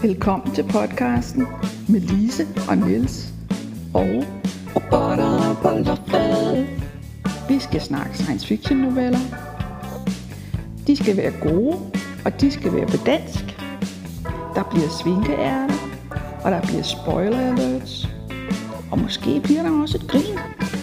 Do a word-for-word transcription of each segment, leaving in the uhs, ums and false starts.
Velkommen til podcasten med Lise og Niels og Robotter, Polterfred. Vi skal snakke science fiction noveller. De skal være gode, og de skal være på dansk. Der bliver svinkeærter, og der bliver spoiler alerts. Og måske bliver der også et grin.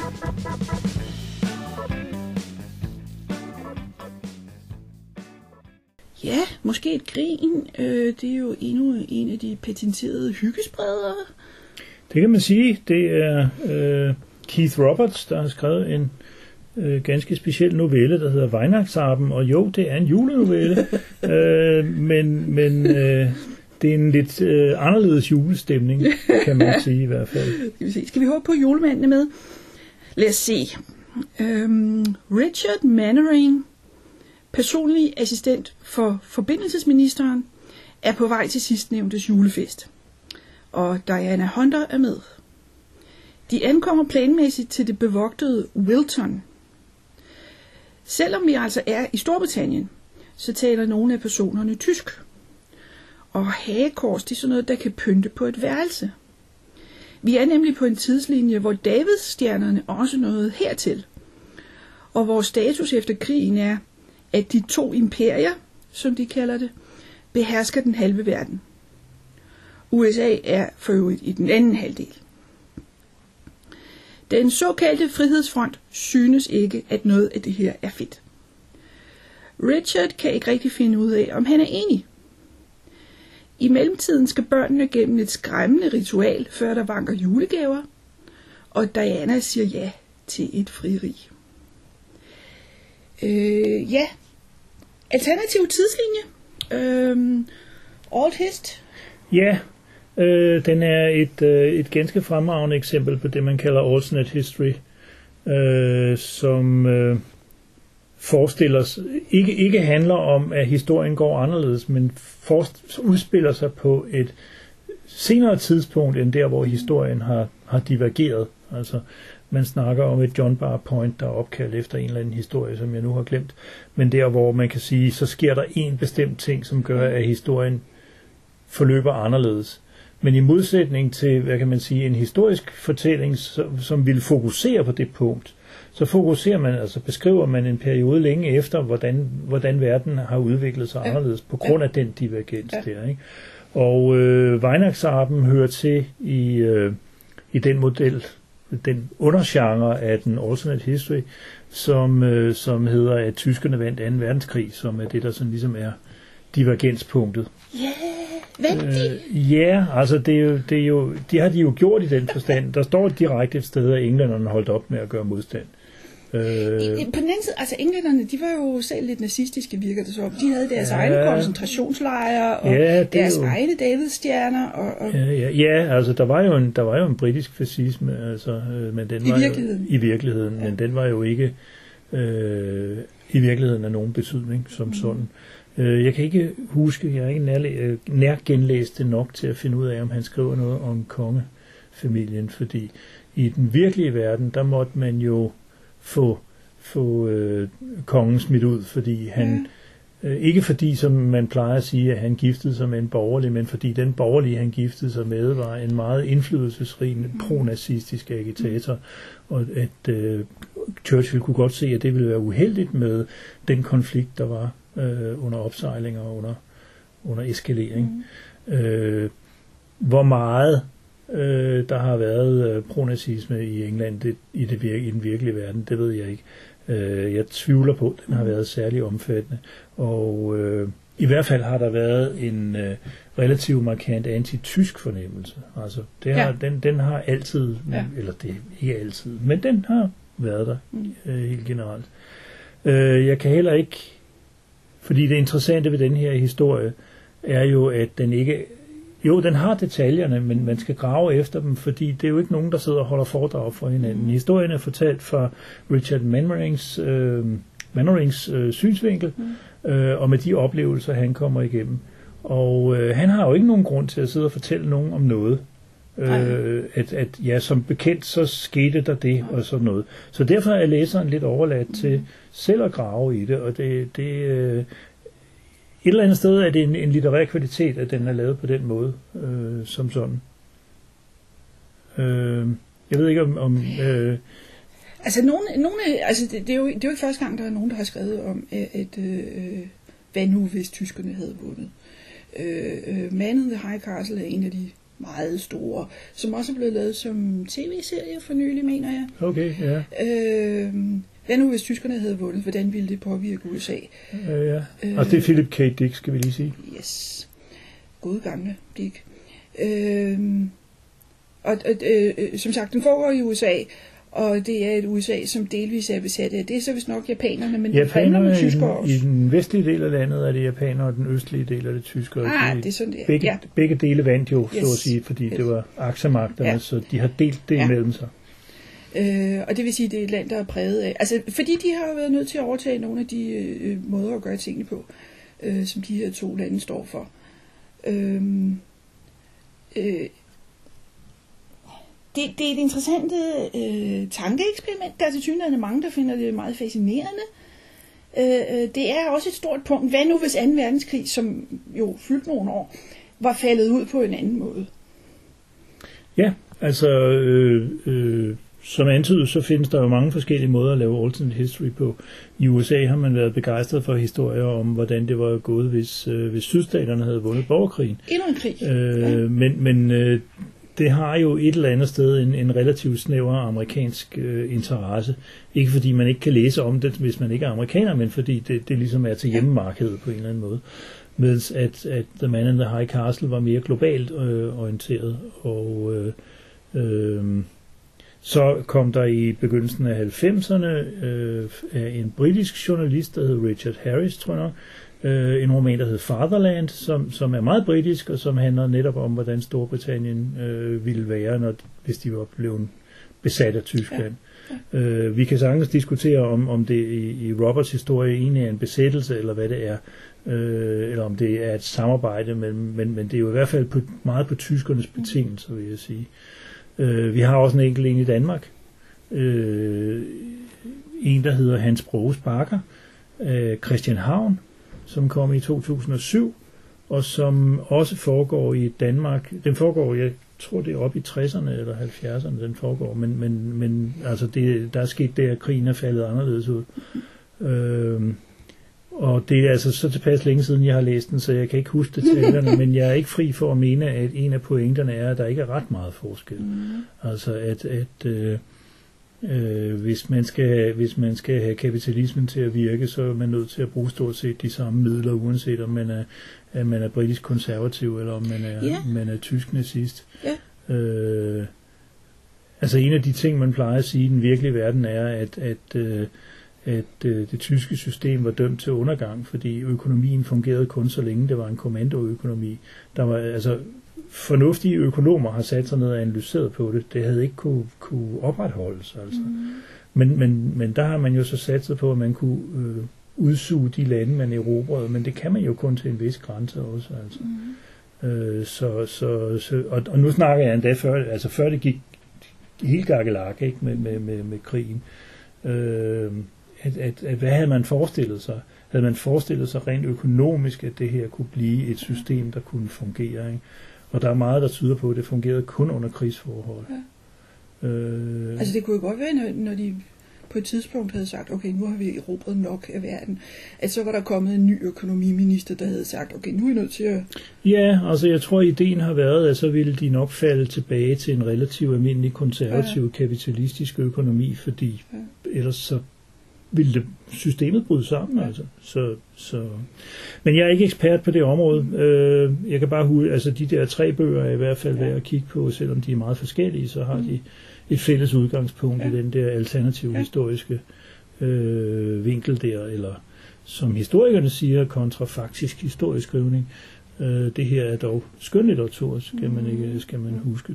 Ja, måske et grin. Øh, det er jo endnu en af de patenterede hyggespreder. Det kan man sige. Det er øh, Keith Roberts, der har skrevet en øh, ganske speciel novelle, der hedder Weihnachtsabend. Og jo, det er en julenovelle, øh, men, men øh, det er en lidt øh, anderledes julestemning, kan man sige i hvert fald. Skal vi se. Skal vi håbe på, at julemanden er med? Lad os se. Øhm, Richard Mannering, personlig assistent for forbindelsesministeren, er på vej til sidstnævntes julefest. Og Diana Hunter er med. De ankommer planmæssigt til det bevogtede Wilton. Selvom vi altså er i Storbritannien, så taler nogle af personerne tysk. Og hagekors, det er sådan noget, der kan pynte på et værelse. Vi er nemlig på en tidslinje, hvor Davidsstjernerne også nåede hertil. Og vores status efter krigen er, at de to imperier, som de kalder det, behersker den halve verden. U S A er for øvrigt i den anden halvdel. Den såkaldte frihedsfront synes ikke, at noget af det her er fedt. Richard kan ikke rigtig finde ud af, om han er enig. I mellemtiden skal børnene gennem et skræmmende ritual, før der vanker julegaver, og Diana siger ja til et frieri. Øh, ja, alternativ tidslinje. Øh, Old Hist. Ja, øh, den er et, øh, et ganske fremragende eksempel på det, man kalder alternate history, øh, som øh, forestiller sig, ikke, ikke handler om, at historien går anderledes, men forst, udspiller sig på et senere tidspunkt, end der, hvor historien har, har divergeret. Altså, man snakker om et John Bar Point, der er opkaldt efter en eller anden historie, som jeg nu har glemt. Men der, hvor man kan sige, så sker der en bestemt ting, som gør, at historien forløber anderledes. Men i modsætning til, hvad kan man sige, en historisk fortælling, som, som vil fokusere på det punkt, så fokuserer man, altså beskriver man en periode længe efter, hvordan, hvordan verden har udviklet sig anderledes, på grund af den divergens ja. der. Ikke? Og øh, Weihnachtsabend hører til i, øh, i den model, den undergenre af den alternate history, som, øh, som hedder, at tyskerne vandt anden verdenskrig, som er det, der sådan ligesom er divergenspunktet. Ja, yeah, vandt de? Øh, ja, altså det er jo, det er jo, de har de jo gjort i den forstand. Der står direkte et sted, at englænderne holdt op med at gøre modstand. Øh, På den anden side, altså englænderne, de var jo selv lidt nazistiske, virker det så op. De havde deres ja, egne koncentrationslejre og ja, deres jo, egne Davidsstjerner. Og, og ja, ja, ja, altså der var jo en, der var jo en britisk fascisme, altså, øh, men den i var virkeligheden. Jo, i virkeligheden, ja. men den var jo ikke øh, i virkeligheden af nogen betydning som mm. sådan. Øh, jeg kan ikke huske, jeg har ikke nær, nær genlæst det nok til at finde ud af, om han skriver noget om kongefamilien, fordi i den virkelige verden, der måtte man jo få, få øh, kongen smidt ud, fordi han, ja. øh, ikke fordi, som man plejer at sige, at han giftede sig med en borgerlig, men fordi den borgerlige, han giftede sig med, var en meget indflydelsesrig pronazistisk agitator, og at øh, Churchill kunne godt se, at det ville være uheldigt med den konflikt, der var øh, under opsejling og under, under eskalering. Mm. Øh, hvor meget Øh, der har været øh, pronazisme i England det, i, det virke, i den virkelige verden, det ved jeg ikke. Øh, jeg tvivler på, at den har været særlig omfattende. Og øh, i hvert fald har der været en øh, relativt markant anti-tysk fornemmelse. Altså, det har, ja. den, den har altid, ja. eller det ikke altid, men den har været der øh, helt generelt. Øh, jeg kan heller ikke, fordi det interessante ved den her historie er jo, at den ikke Jo, den har detaljerne, men man skal grave efter dem, fordi det er jo ikke nogen, der sidder og holder foredrag for hinanden. Mm. Historien er fortalt fra Richard Mannerings, øh, Mannerings øh, synsvinkel, mm. øh, og med de oplevelser, han kommer igennem. Og øh, han har jo ikke nogen grund til at sidde og fortælle nogen om noget. Øh, at, at ja, som bekendt, så skete der det, og sådan noget. Så derfor er læseren lidt overladt til selv at grave i det, og det, det øh, eller andet sted er det en, en litterær kvalitet, at den er lavet på den måde, øh, som sådan. Øh, jeg ved ikke om... om øh, altså, nogle, nogle, altså det, det, er jo, det er jo ikke første gang, der er nogen, der har skrevet om, at øh, hvad nu, hvis tyskerne havde vundet. Øh, Man in the High Castle er en af de meget store, som også er blevet lavet som tv-serie for nylig, mener jeg. Okay, ja. Øh, hvad nu, hvis tyskerne havde vundet? Hvordan ville det påvirke U S A? Øh, ja. Og det er Philip K. Dick, skal vi lige sige. Yes. Gode gamle Dick. Øh, og øh, som sagt, den foregår i U S A, og det er et U S A, som delvis er besat af. Det er så vist nok japanerne, men japanerne og tyskere også. I den vestlige del af landet er det japanere, og den østlige del er det tyskere. Ah, det er sådan det. Begge, ja. begge dele vandt jo, yes. så at sige, fordi yes. det var aksemagterne, ja. Så de har delt det ja. imellem sig. Øh, og det vil sige, at det er et land, der er præget af... Altså, fordi de har været nødt til at overtage nogle af de øh, måder at gøre tingene på, øh, som de her to lande står for. Øh, øh, det, det er et interessant øh, tankeeksperiment. Der er til synligheden mange, der finder det meget fascinerende. Øh, det er også et stort punkt. Hvad nu, hvis anden verdenskrig, som jo fyldte nogle år, var faldet ud på en anden måde? Ja, altså... Øh, øh Som antydet, så findes der jo mange forskellige måder at lave alternate history på. I U S A har man været begejstret for historier om, hvordan det var gået, hvis, øh, hvis sydstaterne havde vundet borgerkrigen. Endnu en krig. Øh, ja. Men, men øh, det har jo et eller andet sted en, en relativt snæver amerikansk øh, interesse. Ikke fordi man ikke kan læse om det, hvis man ikke er amerikaner, men fordi det, det ligesom er til hjemmemarkedet på en eller anden måde. Mens at, at The Man in the High Castle var mere globalt øh, orienteret. Og... Øh, øh, Så kom der i begyndelsen af halvfemserne øh, en britisk journalist, der hed Richard Harris, tror jeg nok, øh, en roman, der hed Fatherland, som, som er meget britisk, og som handler netop om, hvordan Storbritannien øh, ville være, når, hvis de var blevet besat af Tyskland. Ja. Ja. Øh, vi kan sagtens diskutere, om, om det i, i Roberts historie egentlig er en besættelse, eller hvad det er, øh, eller om det er et samarbejde, men, men, men det er jo i hvert fald på, meget på tyskernes betingelser, vil jeg sige. Uh, vi har også en enkelt en i Danmark. Uh, en, der hedder Hans Broges Bakker, uh, Christianshavn, som kom i to tusind og syv, og som også foregår i Danmark. Den foregår, jeg tror det er op i tresserne eller halvfjerdserne, den foregår, men, men, men altså det, der er sket det, at krigen er faldet anderledes ud. Uh, Og det er altså så tilpas længe siden, jeg har læst den, så jeg kan ikke huske detaljerne, men jeg er ikke fri for at mene, at en af pointerne er, at der ikke er ret meget forskel. Mm. Altså at, at øh, øh, hvis, man skal, hvis man skal have kapitalismen til at virke, så er man nødt til at bruge stort set de samme midler, uanset om man er, at man er britisk konservativ, eller om man er, yeah. man er tysk nazist. Yeah. Øh, altså en af de ting, man plejer at sige i den virkelige verden, er, at, at øh, at øh, det tyske system var dømt til undergang, fordi økonomien fungerede kun så længe det var en kommandoøkonomi. Der var altså fornuftige økonomer har sat sig ned og analyseret på det. Det havde ikke kunne, kunne opretholdes. Altså. Mm. Men, men, men der har man jo så satset på, at man kunne øh, udsuge de lande, man erobrede, men det kan man jo kun til en vis grænse også. Altså. Mm. Øh, så, så, så, og, og nu snakker jeg endda før, altså før det gik helt gakkelak, ikke, med, med, med, med krigen. Øh, At, at, at hvad havde man forestillet sig? Havde man forestillet sig rent økonomisk, at det her kunne blive et system, der kunne fungere? Ikke? Og der er meget, der tyder på, at det fungerede kun under krigsforhold. Ja. Øh, altså det kunne jo godt være, når, når de på et tidspunkt havde sagt, okay, nu har vi erobret nok af verden, at så var der kommet en ny økonomiminister, der havde sagt, okay, nu er vi nødt til at... Ja, altså jeg tror, ideen har været, at så ville de nok falde tilbage til en relativt almindelig konservativ ja. kapitalistisk økonomi, fordi ja. ellers så ville det systemet bryde sammen, ja. altså. Så, så. Men jeg er ikke ekspert på det område. Øh, jeg kan bare huske, altså de der tre bøger er i hvert fald ja. værd at kigge på, selvom de er meget forskellige, så har mm. de et fælles udgangspunkt ja. i den der alternative ja. historiske øh, vinkel der, eller som historikerne siger, kontrafaktisk historieskrivning. Øh, det her er dog skønlitteratur, skal man ikke, skal man huske.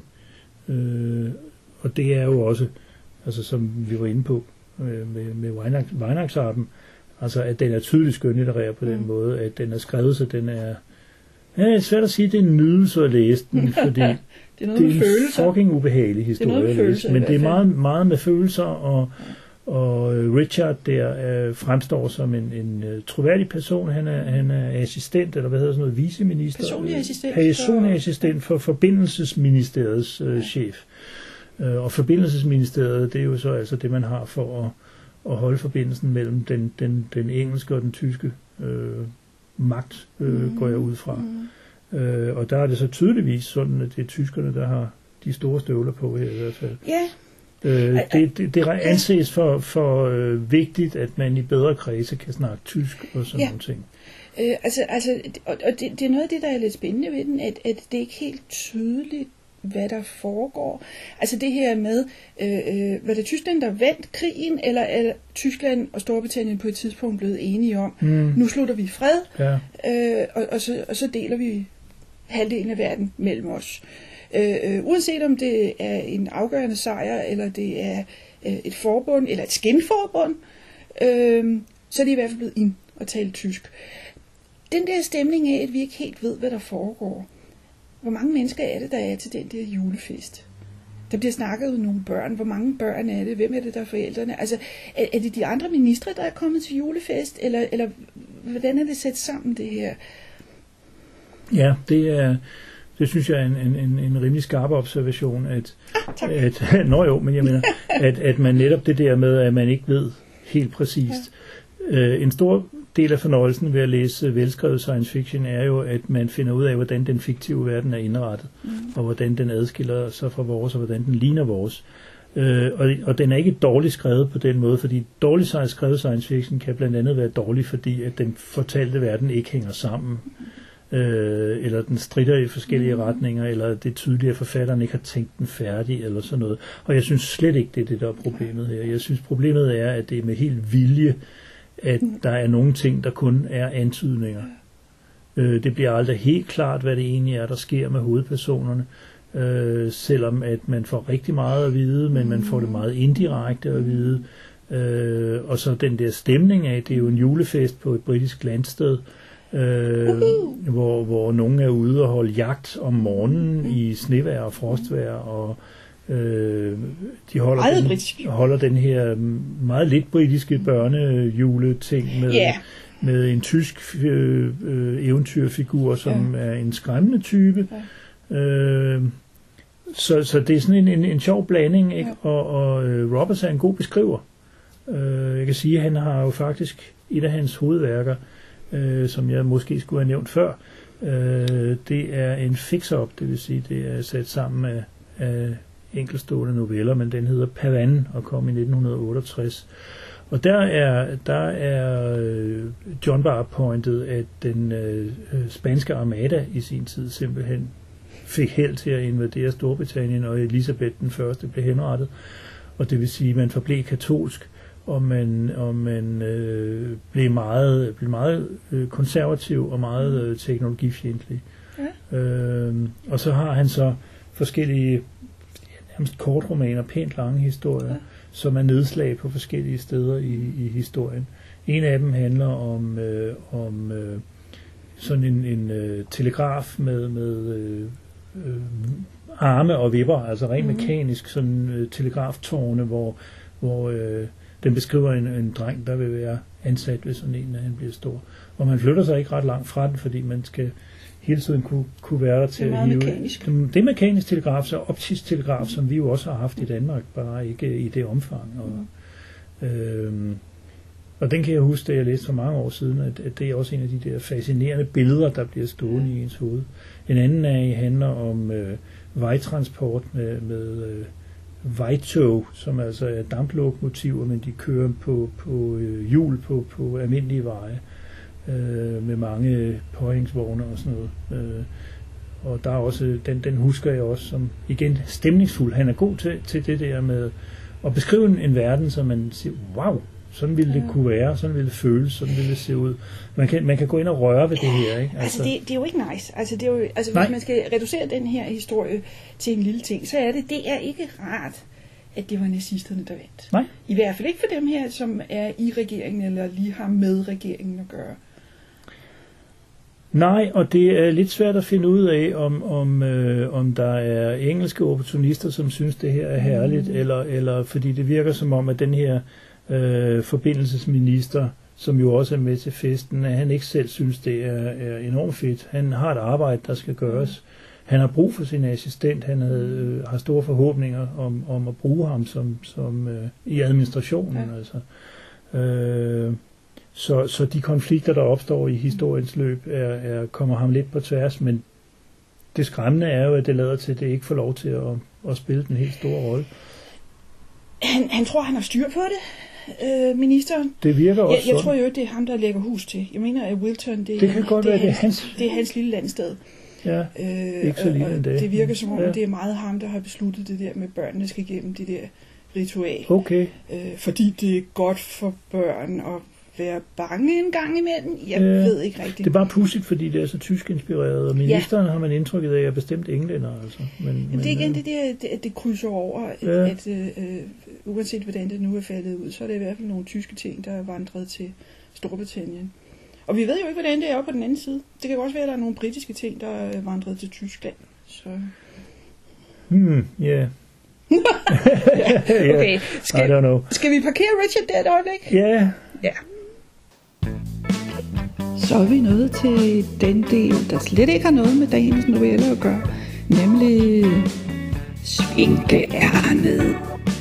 Øh, og det er jo også, altså som vi var inde på, med, med Weihnachtsabend, altså at den er tydeligt skønlitterær på den mm. måde, at den er skrevet, så den er, ja, det er svært at sige, at det er en nydelse at læse den, fordi det er, det er en fucking ubehagelig historie at læse, men det er meget, meget med følelser, og, Og Richard der øh, fremstår som en, en uh, troværdig person. Han er, han er assistent, eller hvad hedder sådan noget, viceminister? Personlig assistent. Personlig assistent for Forbindelsesministeriets øh, chef. Øh, og Forbindelsesministeriet, det er jo så altså det, man har for at, at holde forbindelsen mellem den, den, den engelske og den tyske øh, magt, øh, mm. går jeg ud fra. Mm. Øh, og der er det så tydeligvis sådan, at det er tyskerne, der har de store støvler på her i hvert fald. Ja. Øh, det, det, det anses for, for øh, vigtigt, at man i bedre kredse kan snakke tysk og sådan ja. nogle ting. Øh, altså, altså, og, og det, det er noget af det, der er lidt spændende ved den, at, at det er ikke helt tydeligt, hvad der foregår. Altså det her med, øh, øh, var det Tyskland, der vandt krigen, eller er Tyskland og Storbritannien på et tidspunkt blevet enige om, mm. nu slutter vi fred, ja. øh, og, og, så, og så deler vi halvdelen af verden mellem os. Øh, øh, uanset om det er en afgørende sejr, eller det er øh, et forbund, eller et skinforbund, øh, så er det i hvert fald blevet ind at tale tysk. Den der stemning af, at vi ikke helt ved, hvad der foregår. Hvor mange mennesker er det, der er til den der julefest? Der bliver snakket om nogle børn. Hvor mange børn er det? Hvem er det, der er forældrene? Altså, er, er det de andre ministre, der er kommet til julefest? Eller, eller hvordan er det sat sammen, det her? Ja, det er... Det synes jeg er en, en, en rimelig skarp observation, at, ah, at, nå jo, men jeg mener, at, at man netop det der med, at man ikke ved helt præcist. Ja. Øh, en stor del af fornøjelsen ved at læse velskrevet science fiction er jo, at man finder ud af, hvordan den fiktive verden er indrettet, mm. og hvordan den adskiller sig fra vores, og hvordan den ligner vores. Øh, og, og den er ikke dårligt skrevet på den måde, fordi dårligt skrevet science fiction kan blandt andet være dårlig, fordi at den fortalte verden ikke hænger sammen. Mm. Øh, eller den stritter i forskellige mm. retninger, eller det er tydeligt, at forfatteren ikke har tænkt den færdig, eller sådan noget. Og jeg synes slet ikke, det er det, der er problemet her. Jeg synes, problemet er, at det er med helt vilje, at der er nogle ting, der kun er antydninger. Øh, det bliver aldrig helt klart, hvad det egentlig er, der sker med hovedpersonerne, øh, selvom at man får rigtig meget at vide, men man får det meget indirekte at vide. Øh, og så den der stemning af, det er jo en julefest på et britisk landsted, Øh, hvor, hvor nogen er ude og holde jagt om morgenen i snevejr og frostvejr, og øh, de holder den, holder den her meget lidt britiske børnejuleting med, yeah. med en tysk øh, øh, eventyrfigur, som yeah. er en skræmmende type. Yeah. Øh, så, så det er sådan en, en, en sjov blanding, ikke? Yeah. Og, og øh, Roberts er en god beskriver. Øh, jeg kan sige, at han har jo faktisk et af hans hovedværker, Øh, som jeg måske skulle have nævnt før, øh, det er en fix-up, det vil sige, det er sat sammen af, af enkeltstående noveller, men den hedder Pavan og kom i nitten otteogtres. Og der er, der er John Barr pointet, at den øh, spanske armada i sin tid simpelthen fik held til at invadere Storbritannien, og Elisabeth den første blev henrettet. Og det vil sige, at man forblev katolsk, og man, og man øh, blev meget, blev meget øh, konservativ og meget øh, teknologifjendtlig. Ja. Øh, og så har han så forskellige, nærmest kortromaner, pænt lange historier, ja. som er nedslag på forskellige steder i, i historien. En af dem handler om, øh, om øh, sådan en, en øh, telegraf med, med øh, øh, arme og vipper, altså rent mm-hmm. mekanisk, sådan øh, telegraftårne, hvor, hvor øh, den beskriver en, en dreng, der vil være ansat ved sådan en, når han bliver stor. Og man flytter sig ikke ret langt fra den, fordi man skal hele tiden kunne, kunne være der til at hive. Mekanisk. Det er mekanisk telegraf, så optisk telegraf, mm. som vi jo også har haft i Danmark, bare ikke i det omfang. Og, mm. øhm, og den kan jeg huske, da jeg læste for mange år siden, at, at det er også en af de der fascinerende billeder, der bliver stående mm. i ens hoved. En anden af handler om øh, vejtransport med, med øh, vejtog, som altså er damplokomotiver, men de kører på, på øh, hjul på, på almindelige veje, øh, med mange påhængsvogne og sådan noget. Øh, og der er også, den, den husker jeg også som, igen, stemningsfuld. Han er god til, til det der med at beskrive en, en verden, som man siger, wow, sådan ville det ja. kunne være, sådan ville det føles, sådan ville det se ud. Man kan, man kan gå ind og røre ved det her, ikke? Altså, altså det, det er jo ikke nice. Altså, det er jo, altså hvis man skal reducere den her historie til en lille ting, så er det, det er ikke rart, at det var nazisterne, der vandt. Nej. I hvert fald ikke for dem her, som er i regeringen, eller lige har med regeringen at gøre. Nej, og det er lidt svært at finde ud af, om, om, øh, om der er engelske opportunister, som synes, det her er herligt, mm. eller, eller fordi det virker som om, at den her øh, forbindelsesminister, som jo også er med til festen, at han ikke selv synes, det er, er enormt fedt. Han har et arbejde, der skal gøres. Han har brug for sin assistent. Han havde, øh, har store forhåbninger om, om at bruge ham som, som øh, i administrationen. Ja. Altså. Øh, så, så de konflikter, der opstår i historiens løb, er, er, kommer ham lidt på tværs, men det skræmmende er jo, at det lader til, at det ikke får lov til at, at spille den helt store rolle. Han, han tror, han har styr på det, øh, ministeren. Det virker også Jeg, jeg sådan. tror jo, det er ham, der lægger hus til. Jeg mener, at Wilton, det, det kan godt det, være, er, hans, hans, det er hans lille landsted. Ja, øh, ikke så lille endda. Det virker som om, ja. at det er meget ham, der har besluttet det der med, børnene skal igennem det der ritual. Okay. Øh, fordi det er godt for børn at være bange en gang imellem. Jeg ja. ved ikke rigtigt. Det er bare pudsigt, fordi det er så tysk inspireret, og ministeren ja. har man indtrykket af, at er bestemt englænder. Altså. Men, men, det er igen det der, det, det krydser over, at, ja. at øh, uanset hvordan det nu er faldet ud, så er det i hvert fald nogle tyske ting, der er vandret til Storbritannien. Og vi ved jo ikke, hvordan det er på den anden side. Det kan også være, at der er nogle britiske ting, der er vandret til Tyskland. Så... Hmm, yeah. ja. Okay, skal, I don't know. skal vi parkere Richard der et øjeblik? Ja. Yeah. Ja. Så er vi nået til den del, der slet ikke har noget med dagens novelle at gøre, nemlig svinkeærnet.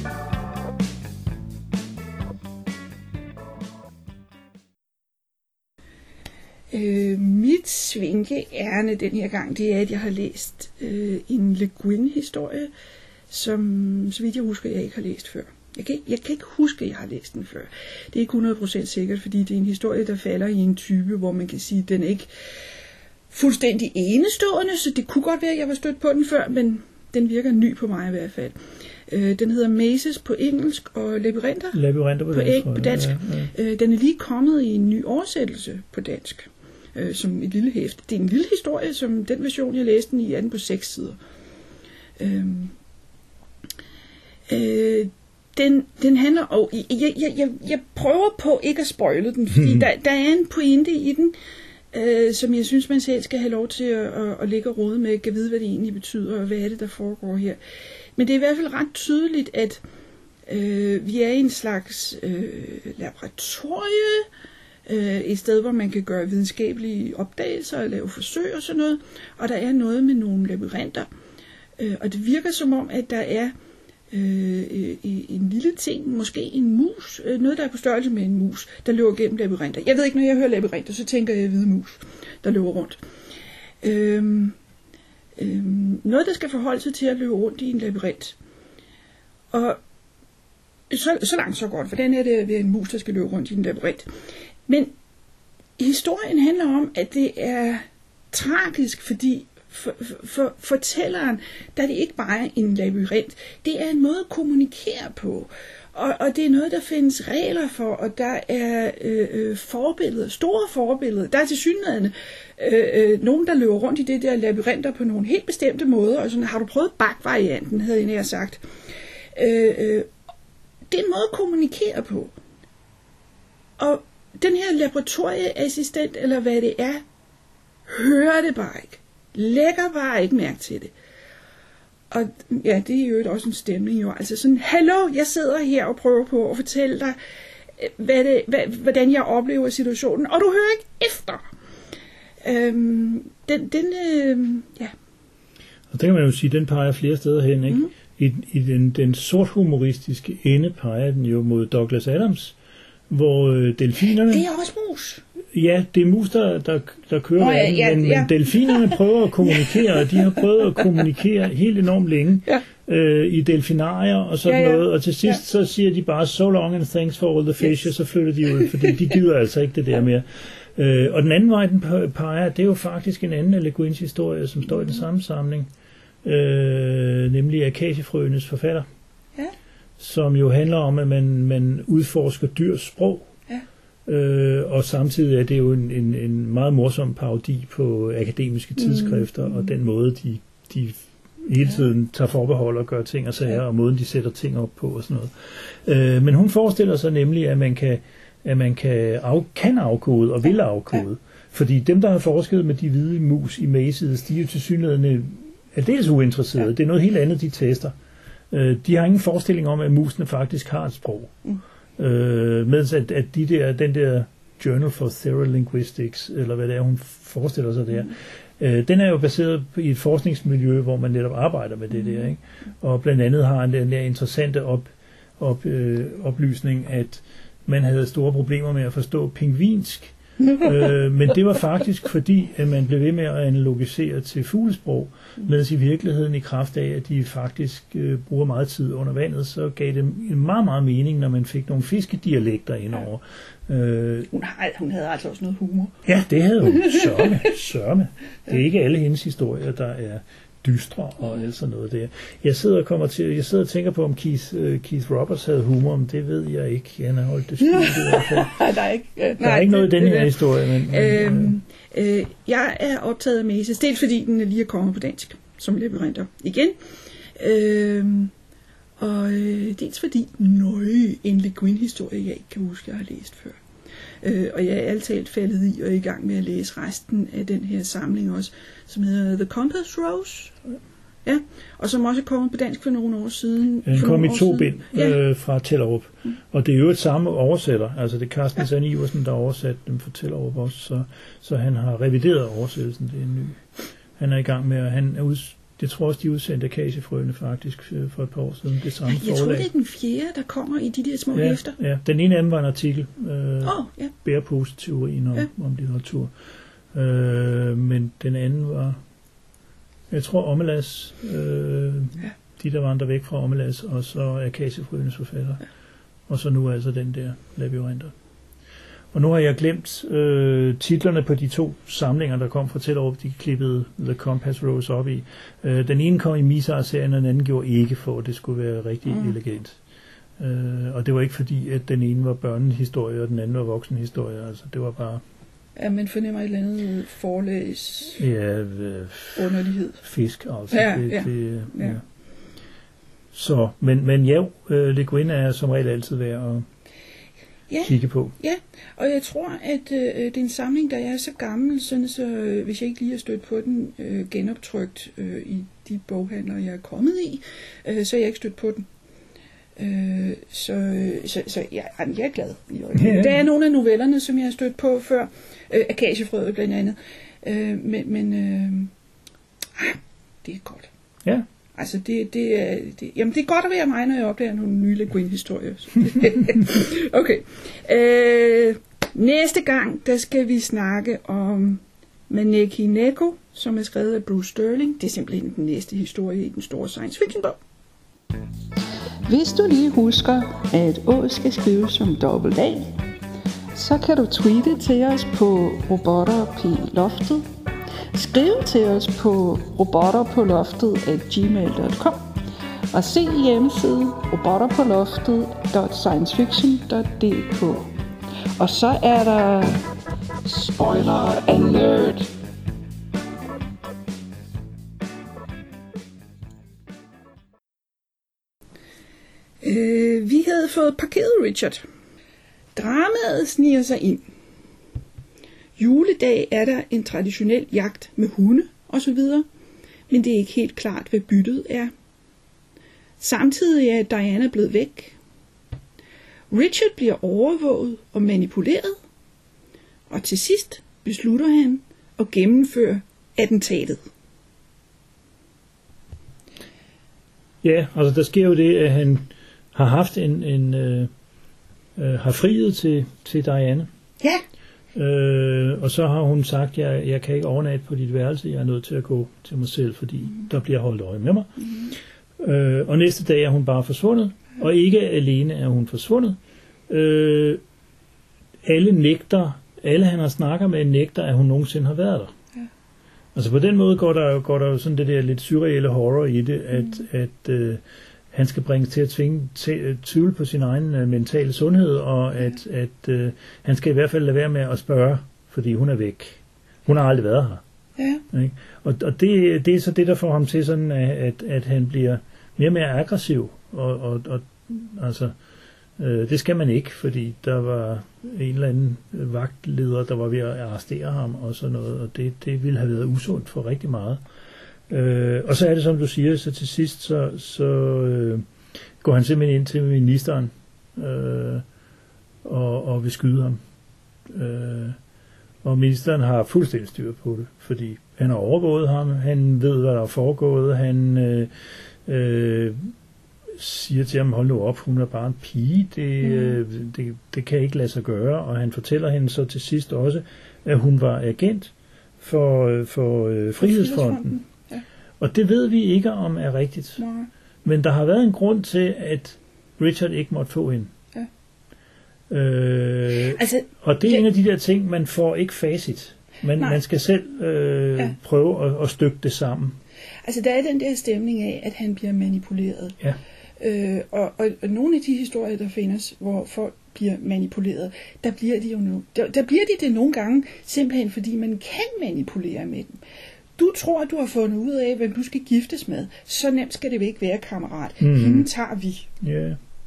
Øh, mit svinkeærne den her gang, det er, at jeg har læst øh, en Le Guin-historie, som, så vidt jeg husker, jeg ikke har læst før. Jeg kan, jeg kan ikke huske, at jeg har læst den før. Det er ikke hundrede procent sikkert, fordi det er en historie, der falder i en type, hvor man kan sige, at den er ikke fuldstændig enestående, så det kunne godt være, at jeg var stødt på den før, men den virker ny på mig i hvert fald. Øh, den hedder Mazes på engelsk og Labyrinter, Labyrinter på, på, dansk, på dansk. Ja, ja. Øh, den er lige kommet i en ny oversættelse på dansk, øh, som et lille hæft. Det er en lille historie, som den version, jeg læste den i, er den på seks sider. Øh, øh, Den, den handler, og jeg, jeg, jeg, jeg prøver på ikke at spoile den, fordi der, der er en pointe i den, øh, som jeg synes, man selv skal have lov til at, at, at ligge og rode med, at vide, hvad det egentlig betyder, og hvad er det, der foregår her. Men det er i hvert fald ret tydeligt, at øh, vi er i en slags øh, laboratorie, øh, et sted, hvor man kan gøre videnskabelige opdagelser og lave forsøg og sådan noget, og der er noget med nogle labyrinter, øh, og det virker som om, at der er Øh, en lille ting, måske en mus, øh, noget der er på størrelse med en mus, der løber gennem labyrinter. Jeg ved ikke, når jeg hører labyrinter, så tænker jeg hvide mus, der løber rundt. Øh, øh, noget, der skal forholde sig til at løbe rundt i en labyrint. Og så, så langt så godt, for den er det ved en mus, der skal løbe rundt i en labyrint. Men historien handler om, at det er tragisk, fordi For, for fortælleren, der er det ikke bare en labyrint. Det er en måde at kommunikere på. Og, og det er noget, der findes regler for, og der er øh, forbilleder, store forbilleder. Der er tilsyneladende øh, øh, nogen, der løber rundt i det der labyrinter på nogle helt bestemte måder. Og sådan, har du prøvet bak-varianten, havde jeg nær sagt. Øh, øh, det er en måde at kommunikere på. Og den her laboratorieassistent, eller hvad det er, hører det bare ikke. Lægger bare ikke mærke til det. Og ja, det er jo også en stemning jo. Altså sådan, hallo, jeg sidder her og prøver på at fortælle dig, hvad det, hvad, hvordan jeg oplever situationen, og du hører ikke efter. Øhm, den, den øh, ja. Og der kan man jo sige, den peger flere steder hen, ikke? Mm. I, i den, den sort humoristiske ende peger den jo mod Douglas Adams, hvor øh, delfinerne... Det er også mus. Ja, det er mus, der, der, der kører oh, ja, den, ja, men, ja. men delfinerne prøver at kommunikere, og de har prøvet at kommunikere helt enormt længe ja. øh, i delfinarier og sådan ja, ja. noget, og til sidst ja. så siger de bare, so long and thanks for all the fish, yes. og så flytter de ud, fordi de gider altså ikke det der mere. Øh, og den anden vej, den peger, det er jo faktisk en anden af Le Guins historie, som står i den samme samling, øh, nemlig Akaciefrøenes forfatter, ja. som jo handler om, at man, man udforsker dyrs sprog. Øh, og samtidig er det jo en, en, en meget morsom parodi på akademiske tidsskrifter, mm. og den måde, de, de hele tiden tager forbehold og gør ting og sager, og måden, de sætter ting op på og sådan noget. Øh, men hun forestiller sig nemlig, at man kan, at man kan, af, kan afkode og vil afkode. Fordi dem, der har forsket med de hvide mus i Mazes, de er jo tilsyneladende aldeles uinteresserede. Det er noget helt andet, de tester. Øh, de har ingen forestilling om, at musene faktisk har et sprog. Mm. Øh, mens at, at de der, den der Journal for Thorough Linguistics, eller hvad det er, hun forestiller sig der, mm. øh, den er jo baseret i et forskningsmiljø, hvor man netop arbejder med det mm. der, ikke? Og blandt andet har han den der interessante op, op, øh, oplysning, at man havde store problemer med at forstå pingvinsk, øh, men det var faktisk fordi, at man blev ved med at analogisere til fuglesprog, mens i virkeligheden i kraft af, at de faktisk øh, bruger meget tid under vandet, så gav det en meget, meget mening, når man fik nogle fiskedialekter indover. Øh, hun, har, hun havde altså også noget humor. Ja, det havde hun. Sørme, sørme. Det er ikke alle hendes historier, der er dystre og alt sådan noget der. Jeg sidder og kommer til, jeg sidder og tænker på, om Keith, uh, Keith Roberts havde humor, men det ved jeg ikke. Han har holdt det skjult i hvert fald. Der er ikke, øh, der nej, er ikke noget det, i den det, her historie. Men, øhm, øh, jeg er optaget af Maces, dels fordi den er lige kommet på dansk, som labyrinter igen. Øhm, og øh, dels fordi, nøje, en Le Guin-historie, jeg ikke kan huske, jeg har læst før. Øh, og jeg er alt talt faldet i og er i gang med at læse resten af den her samling også, som hedder The Compass Rose. Ja, og som også er kommet på dansk for nogle år siden. Den kom i to bind ja. øh, fra Tellerup. Mm. Og det er jo et samme oversætter. Altså det er Carsten ja. Sand Iversen, der har oversat dem fra Tellerup også. Så, så han har revideret oversættelsen. Det er en ny. Han er i gang med at... Han er ud, jeg tror også, de udsendte Akaciefrøene faktisk for et par år siden. Det samme jeg forlag. tror, det er den fjerde, der kommer i de der små ja, hæfter. Ja, den ene af dem var en artikel. Øh, oh, ja. Bæreposeteorien om, ja. om litteratur. Øh, men den anden var... Jeg tror Omelas, øh, ja. de der vandrer væk fra Omelas, og så Akaciefrøenes forfatter. Ja. Og så nu altså den der labyrinter. Og nu har jeg glemt øh, titlerne på de to samlinger, der kom fra Tellerup. De klippede The Compass Rose op i. Øh, den ene kom i Mizar-serien, og den anden gjorde ikke, for at det skulle være rigtig mm. elegant. Øh, og det var ikke fordi, at den ene var børnehistorie, og den anden var voksenhistorie. Altså, det var bare... Ja, man fornemmer et eller andet forlæs... Ja, øh, underlighed. Fisk, altså. Ja, det, ja. Det, ja. ja. Så, men, men ja, øh, Le Guin er som regel altid værd at ja. kigge på. Ja, og jeg tror, at øh, det er en samling, der er så gammel, sådan så øh, hvis jeg ikke lige har stødt på den øh, genoptrykt øh, i de boghandler, jeg er kommet i, øh, så er jeg ikke stødt på den. Øh, så, så, så ja, jeg er glad. Ja. Der er nogle af novellerne, som jeg har stødt på før, øh, Akaciefrøet blandt andet, øh, men, men øh, ah, det er godt. Ja. Altså det, det, er, det, jamen det er godt at være mig, når jeg opdager nogle nye Le Guin-historier. Okay. Øh, næste gang, der skal vi snakke om Maneki Neko, som er skrevet af Bruce Sterling. Det er simpelthen den næste historie i den store science fiction bog. Hvis du lige husker, at Å skal skrives som dobbelt A, så kan du tweete til os på robotter på loftet. Skriv til os på robotterpåloftet at gmail punktum com og se hjemmesiden robotterpåloftet punktum science fiction punktum d k. Og så er der spoiler alert. Øh, vi havde fået parkeret Richard. Dramaet sniger sig ind. Juledag er der en traditionel jagt med hunde osv., men det er ikke helt klart, hvad byttet er. Samtidig er Diana blevet væk. Richard bliver overvåget og manipuleret, og til sidst beslutter han at gennemføre attentatet. Ja, altså der sker jo det, at han har haft en, en øh, øh, har friet til, til Diana. Ja. Øh, og så har hun sagt, jeg, jeg kan ikke overnatte på dit værelse, jeg er nødt til at gå til mig selv, fordi mm. der bliver holdt øje med mig. Mm. Øh, og næste dag er hun bare forsvundet, og ikke alene er hun forsvundet. Øh, alle nægter, alle han har snakket med, nægter, at hun nogensinde har været der. Ja. Altså på den måde går der, går der jo sådan det der lidt surreale horror i det, at, mm. at øh, han skal bringes til at tvinge til, tvivl på sin egen øh, mentale sundhed, og at, at øh, han skal i hvert fald lade være med at spørge, fordi hun er væk. Hun har aldrig været her. Ja. Ikke? Og, og det, det er så det, der får ham til sådan, at, at han bliver mere og mere aggressiv, og, og, og altså, øh, det skal man ikke, fordi der var en eller anden vagtleder, der var ved at arrestere ham og sådan noget, og det, det ville have været usundt for rigtig meget. Øh, og så er det, som du siger, så til sidst, så, så øh, går han simpelthen ind til ministeren, øh, og, og vil skyde ham. Øh, og ministeren har fuldstændig styr på det, fordi han har overvåget ham, han ved, hvad der er foregået, han øh, øh, siger til ham, hold nu op, hun er bare en pige, det, mm. øh, det, det kan ikke lade sig gøre, og han fortæller hende så til sidst også, at hun var agent for, for øh, Frihedsfronten. Ja. Og det ved vi ikke, om er rigtigt. Nej. Men der har været en grund til, at Richard ikke måtte få hende. Ja. Øh, altså, og det er ja. en af de der ting, man får ikke facit. Man, man skal selv øh, ja. prøve at, at stykke det sammen. Altså der er den der stemning af, at han bliver manipuleret. Ja. Øh, og, og, og nogle af de historier, der findes, hvor folk bliver manipuleret, der bliver de jo nu, der, der bliver de det nogle gange, simpelthen fordi man kan manipulere med dem. Du tror, at du har fundet ud af, hvem du skal giftes med. Så nemt skal det ikke være, kammerat. Mm. Hende tager vi. Yeah.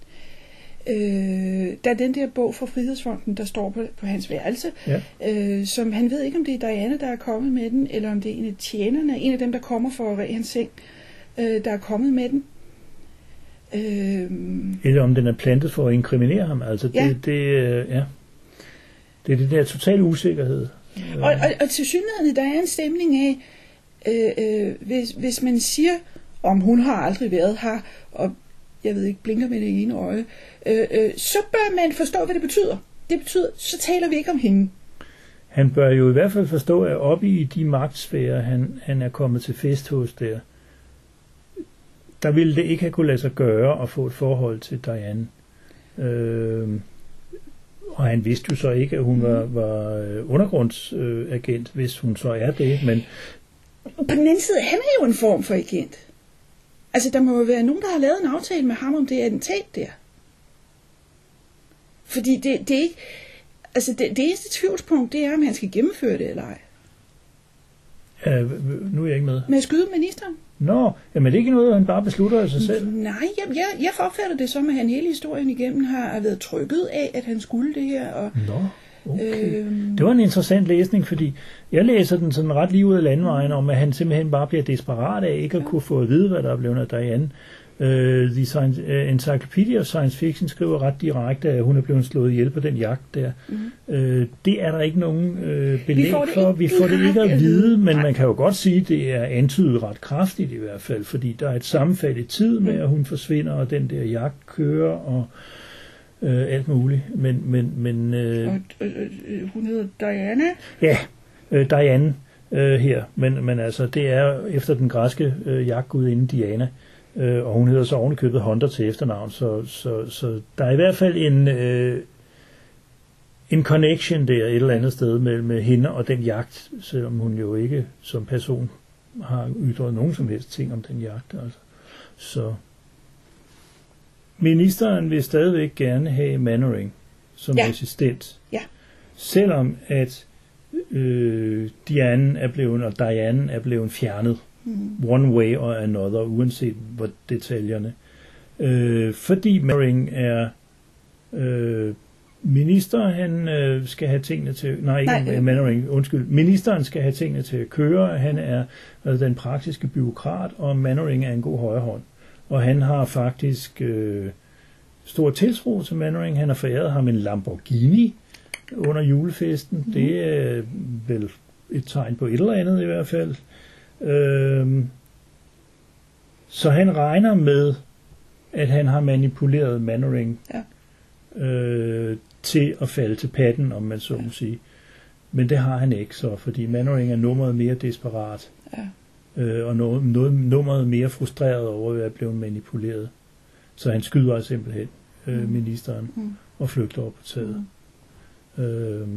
Øh, der er den der bog fra Frihedsfronten, der står på, på hans værelse, ja. øh, som han ved ikke, om det er Diana, der er kommet med den, eller om det er en af tjenerne, en af dem, der kommer for at ræde hans seng, øh, der er kommet med den. Øh, eller om den er plantet for at inkriminere ham. Altså, ja. det, det, ja. det er det der total usikkerhed. Og, og, og til synligheden, der er en stemning af, øh, øh, hvis, hvis man siger, om hun har aldrig været her, og jeg ved ikke, blinker med det ene øje, øh, øh, så bør man forstå, hvad det betyder. Det betyder, så taler vi ikke om hende. Han bør jo i hvert fald forstå, at oppe i de magtsfærer, han, han er kommet til fest hos der, der ville det ikke have kunne lade sig gøre at få et forhold til Diane. Øh, og han vidste jo så ikke, at hun var, var undergrundsagent, øh, hvis hun så er det. Men på den anden side, han er jo en form for agent. Altså, der må jo være nogen, der har lavet en aftale med ham om det attentat der. Fordi det, det er ikke... Altså, det, det eneste tvivlspunkt, det er, om han skal gennemføre det eller ej. Ja, nu er jeg ikke med. Med at skyde ministeren? Nå, jamen det er ikke noget, han bare beslutter af sig selv. Nej, jeg, jeg, jeg opfatter det som, at han hele historien igennem har været trykket af, at han skulle det her. Og, Nå, okay. Øhm, det var en interessant læsning, fordi jeg læser den sådan ret lige ud af landvejen, om at han simpelthen bare bliver desperat af ikke at ja. kunne få at vide, hvad der er blevet af Diane. Uh, The Science, uh, Encyclopedia of Science Fiction skriver ret direkte, at hun er blevet slået ihjel på den jagt der. Mm. Uh, det er der ikke nogen uh, belæg vi for. Vi får det ikke at vide, men man kan jo godt sige, at det er antydet ret kraftigt i hvert fald, fordi der er et sammenfald i tid med, at hun forsvinder, og den der jagt kører, og uh, alt muligt. Men, men, men, uh, og uh, hun hedder Diana? Ja, uh, Diane uh, her. Men, men altså, det er efter den græske uh, jagtgudinde Diana. Øh, og hun hedder så ovenikøbet Hunter til efternavn, så, så, så der er i hvert fald en, øh, en connection der et eller andet sted med, med hende og den jagt, selvom hun jo ikke som person har ytret nogen som helst ting om den jagt. Altså. Så ministeren vil stadigvæk gerne have Mannering som ja. assistent, ja. selvom at øh, Diane er blevet, og Diane er blevet fjernet. One way or another, uanset hvor detaljerne. Øh, fordi Mannering er øh, minister, han øh, skal have tingene til... Nej, ikke nej. Mannering, undskyld. Ministeren skal have tingene til at køre. Han er altså, den praktiske bureaukrat, og Mannering er en god højrehånd. Og han har faktisk øh, stor tiltro til Mannering. Han har foræret ham en Lamborghini under julefesten. Mm. Det er vel et tegn på et eller andet i hvert fald. Øhm, så han regner med, at han har manipuleret Mannering ja. øh, til at falde til patten, om man så må sige. Men det har han ikke så, fordi Mannering er nummeret mere desperat, ja. øh, og noget, noget, nummeret mere frustreret over at være blevet manipuleret. Så han skyder simpelthen øh, mm. ministeren mm. og flygter op på taget. Mm. Øh,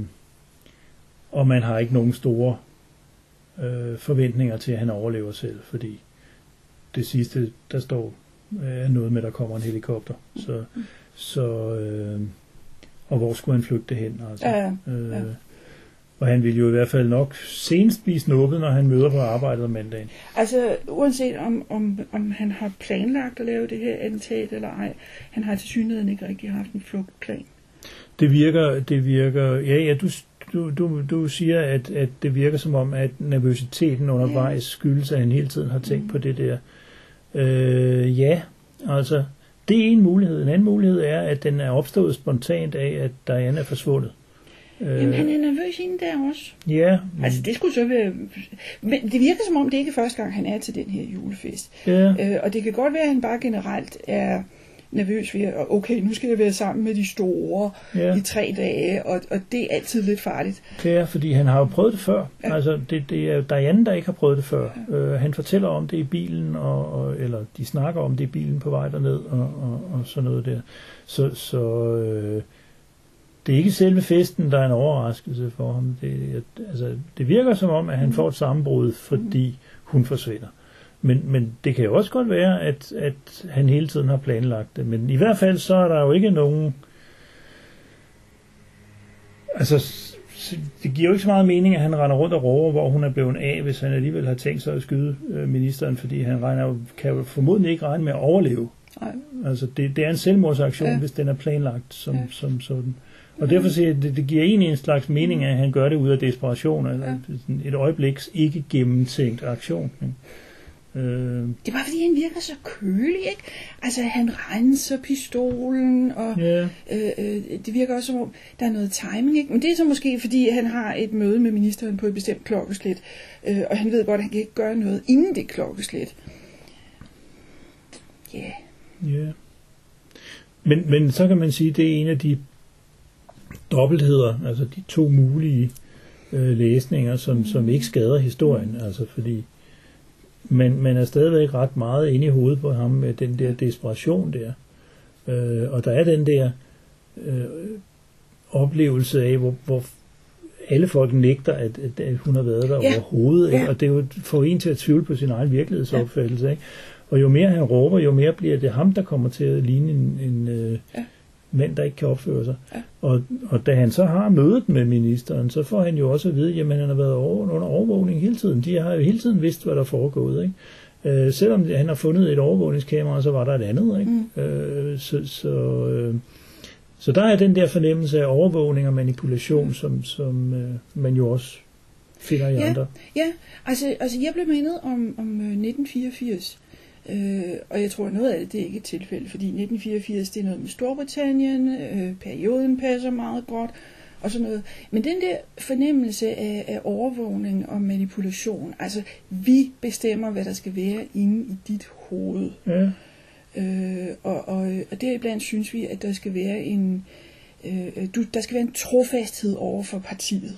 og man har ikke nogen store Øh, forventninger til, at han overlever selv, fordi det sidste, der står, er øh, noget med, der kommer en helikopter. Så, mm. så øh, og hvor skulle han flygte hen? Altså? Ja, ja. Øh, ja. Og han vil jo i hvert fald nok senest blive snuppet, når han møder på arbejdet om mandagen. Altså, uanset om, om, om han har planlagt at lave det her attentat eller ej, han har tilsyneladende ikke rigtig haft en flugtplan. Det virker, det virker, ja, ja, du Du, du, du siger, at, at det virker som om, at nervøsiteten undervejs skyldes, at han hele tiden har tænkt mm. på det der. Øh, ja, altså, det er en mulighed. En anden mulighed er, at den er opstået spontant af, at Diana er forsvundet. Jamen, han er nervøs hende der også. Ja. Men... Altså, det skulle så være... Men det virker som om, det ikke er første gang, han er til den her julefest. Ja. Øh, og det kan godt være, at han bare generelt er nervøs ved, at okay, nu skal jeg være sammen med de store ja. i tre dage, og, og det er altid lidt farligt. Ja, fordi han har jo prøvet det før. Ja. Altså, det, det er Diane, der ikke har prøvet det før. Ja. Øh, han fortæller om det i bilen, og, og, eller de snakker om det i bilen på vej derned, og, og, og sådan noget der. Så... så øh, det er ikke selve festen, der er en overraskelse for ham. Det, altså, det virker som om, at han får et sammenbrud, fordi hun forsvinder. Men, men det kan jo også godt være, at, at han hele tiden har planlagt det. Men i hvert fald så er der jo ikke nogen... Altså, det giver jo ikke så meget mening, at han render rundt og råber, hvor hun er blevet af, hvis han alligevel har tænkt sig at skyde øh, ministeren, fordi han regner jo, kan jo formodentlig ikke regne med at overleve. Nej. Altså, det, det er en selvmordsaktion, ja. hvis den er planlagt som, ja. som sådan. Og derfor siger jeg, det, det giver egentlig en slags mening, at han gør det ud af desperation, eller ja. et øjebliks ikke gennemtænkt aktion. Øh. Det er bare fordi, han virker så kølig, ikke? Altså, han renser pistolen, og ja. øh, øh, det virker også som om, der er noget timing, ikke? Men det er så måske, fordi han har et møde med ministeren på et bestemt klokkeslæt, øh, og han ved godt, at han kan ikke gøre noget inden det klokkeslæt. Ja. Yeah. Ja. Men, men så kan man sige, at det er en af de dobbeltheder, altså de to mulige øh, læsninger, som, som ikke skader historien, altså fordi man, man er stadigvæk ret meget inde i hovedet på ham med den der desperation der, øh, og der er den der øh, oplevelse af, hvor, hvor alle folk nægter, at, at, at hun har været der ja. overhovedet, ja. og det er jo får en til at tvivle på sin egen virkelighedsopfattelse, ja. ikke? Og jo mere han råber, jo mere bliver det ham, der kommer til at ligne en, en øh, ja. mand, der ikke kan opføre sig. Ja. Og, og da han så har mødet med ministeren, så får han jo også at vide, jamen han har været over, under overvågning hele tiden. De har jo hele tiden vidst, hvad der er foregået. Ikke? Øh, selvom han har fundet et overvågningskamera, så var der et andet. Ikke? Mm. Øh, så, så, øh, så der er den der fornemmelse af overvågning og manipulation, mm. som, som øh, man jo også finder i ja, andre. Ja, altså, altså jeg blev mindet om, om nitten fireogfirs. Øh, og jeg tror, at noget af det, det er ikke et tilfælde, fordi nitten fireogfirs, det er noget med Storbritannien, øh, perioden passer meget godt, og sådan noget. Men den der fornemmelse af, af overvågning og manipulation, altså vi bestemmer, hvad der skal være inde i dit hoved. Ja. Øh, og, og, og deriblandt synes vi, at der skal være en, øh, du, der skal være en trofasthed over for partiet.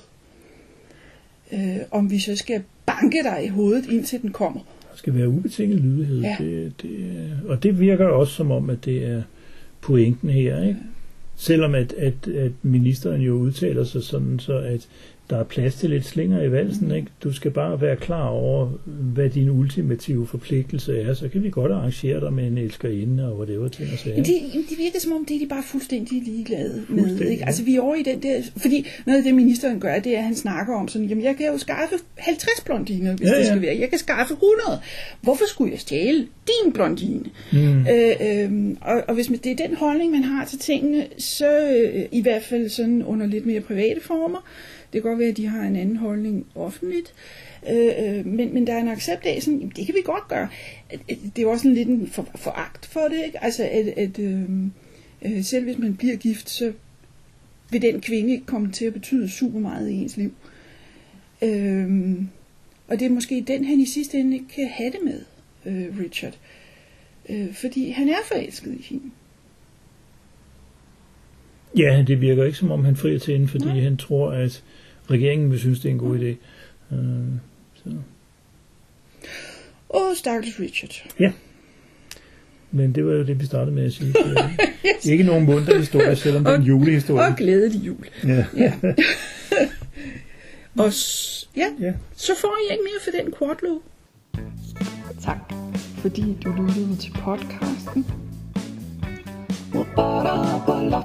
Øh, om vi så skal banke dig i hovedet, indtil den kommer. Der skal være ubetinget lydighed. Ja. Det, det, og det virker også som om, at det er pointen her. Ikke? Ja. Selvom at, at, at ministeren jo udtaler sig sådan, så at der er plads til lidt slinger i valsen. Mm. Ikke? Du skal bare være klar over, hvad din ultimative forpligtelse er. Så kan vi godt arrangere dig med en elskerinde og whatever ting og sager. Det, det virker som om, det er de bare fuldstændig ligeglade med. Ikke? Altså vi er over i den der... Fordi noget af det, ministeren gør, det er, at han snakker om sådan, jamen jeg kan jo skaffe halvtreds blondiner, hvis ja, ja. det skal være. Jeg kan skaffe hundrede. Hvorfor skulle jeg stjæle din blondine? Mm. Øh, øh, og, og hvis man, det er den holdning, man har til tingene, så øh, i hvert fald sådan under lidt mere private former. Det kan godt være, at de har en anden holdning offentligt, øh, men, men der er en accept af, sådan, jamen, det kan vi godt gøre. Det er jo også sådan lidt en for, foragt for det, ikke? Altså, at, at øh, øh, selv hvis man bliver gift, så vil den kvinde ikke komme til at betyde super meget i ens liv. Øh, og det er måske den, han i sidste ende ikke kan have det med, øh, Richard. Øh, fordi han er forelsket i hende. Ja, det virker ikke som om han frier til hende, fordi Nej. han tror, at regeringen vil synes, det er en god idé. Uh, så. Åh, stakkels Richard. Ja, men det var jo det, vi startede med at sige. yes. Ikke nogen munter historie, selvom det er en julehistorie. Og glædelig jul. Ja. ja. og s- ja. ja, så får I ikke mere for den quadlo. Tak, fordi du lyttede til podcasten.